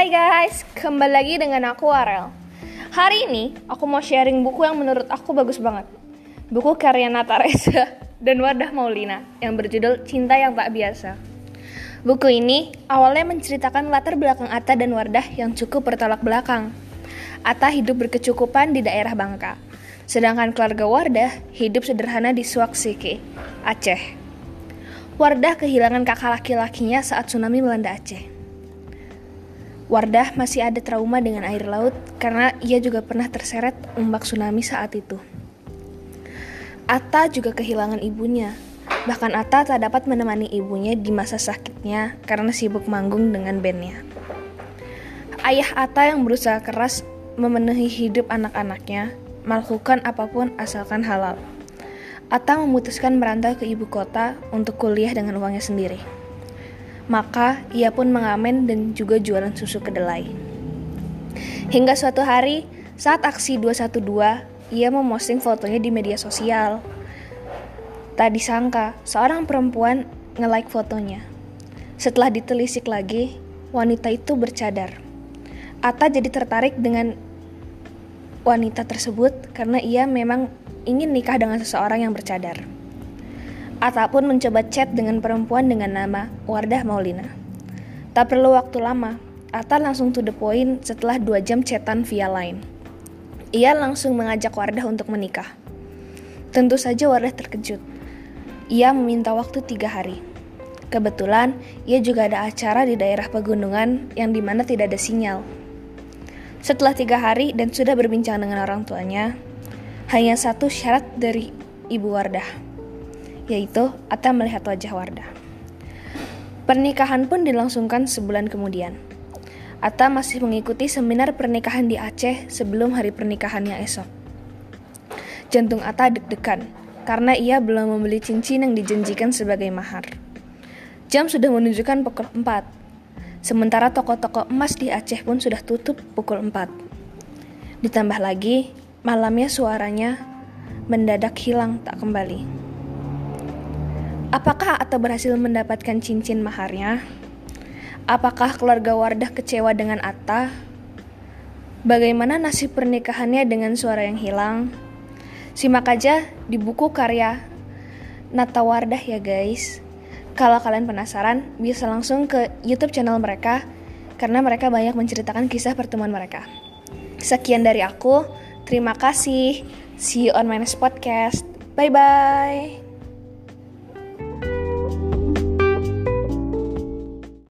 Hai guys, kembali lagi dengan aku Arel. Hari ini aku mau sharing buku yang menurut aku bagus banget. Buku karya Nata Reza dan Wardah Maulina yang berjudul Cinta Yang Tak Biasa. Buku ini awalnya menceritakan latar belakang Atta dan Wardah yang cukup bertolak belakang. Atta hidup berkecukupan di daerah Bangka, sedangkan keluarga Wardah hidup sederhana di Swaksike, Aceh. Wardah kehilangan kakak laki-lakinya saat tsunami melanda Aceh. Wardah masih ada trauma dengan air laut karena ia juga pernah terseret ombak tsunami saat itu. Atta juga kehilangan ibunya. Bahkan Atta tak dapat menemani ibunya di masa sakitnya karena sibuk manggung dengan bandnya. Ayah Atta yang berusaha keras memenuhi hidup anak-anaknya, melakukan apapun asalkan halal. Atta memutuskan merantau ke ibu kota untuk kuliah dengan uangnya sendiri. Maka ia pun mengamen dan juga jualan susu kedelai. Hingga suatu hari saat aksi 212, ia memposting fotonya di media sosial. Tak disangka seorang perempuan nge-like fotonya. Setelah ditelisik lagi, wanita itu bercadar. Atta jadi tertarik dengan wanita tersebut karena ia memang ingin nikah dengan seseorang yang bercadar. Atta pun mencoba chat dengan perempuan dengan nama Wardah Maulina. Tak perlu waktu lama, Atta langsung to the point setelah 2 jam chatan via Line. Ia langsung mengajak Wardah untuk menikah. Tentu saja Wardah terkejut. Ia meminta waktu 3 hari. Kebetulan, ia juga ada acara di daerah pegunungan yang dimana tidak ada sinyal. Setelah 3 hari dan sudah berbincang dengan orang tuanya, hanya satu syarat dari ibu Wardah, yaitu Atta melihat wajah Wardah. Pernikahan pun dilangsungkan sebulan kemudian. Atta masih mengikuti seminar pernikahan di Aceh sebelum hari pernikahannya esok. Jantung Atta deg-degan karena ia belum membeli cincin yang dijanjikan sebagai mahar. Jam sudah menunjukkan pukul 4. Sementara toko-toko emas di Aceh pun sudah tutup pukul 4. Ditambah lagi, malamnya suaranya mendadak hilang tak kembali. Apakah Atta berhasil mendapatkan cincin maharnya? Apakah keluarga Wardah kecewa dengan Atta? Bagaimana nasib pernikahannya dengan suara yang hilang? Simak aja di buku karya Nata Wardah ya guys. Kalau kalian penasaran, bisa langsung ke YouTube channel mereka karena mereka banyak menceritakan kisah pertemuan mereka. Sekian dari aku. Terima kasih. See you on my next podcast. Bye-bye.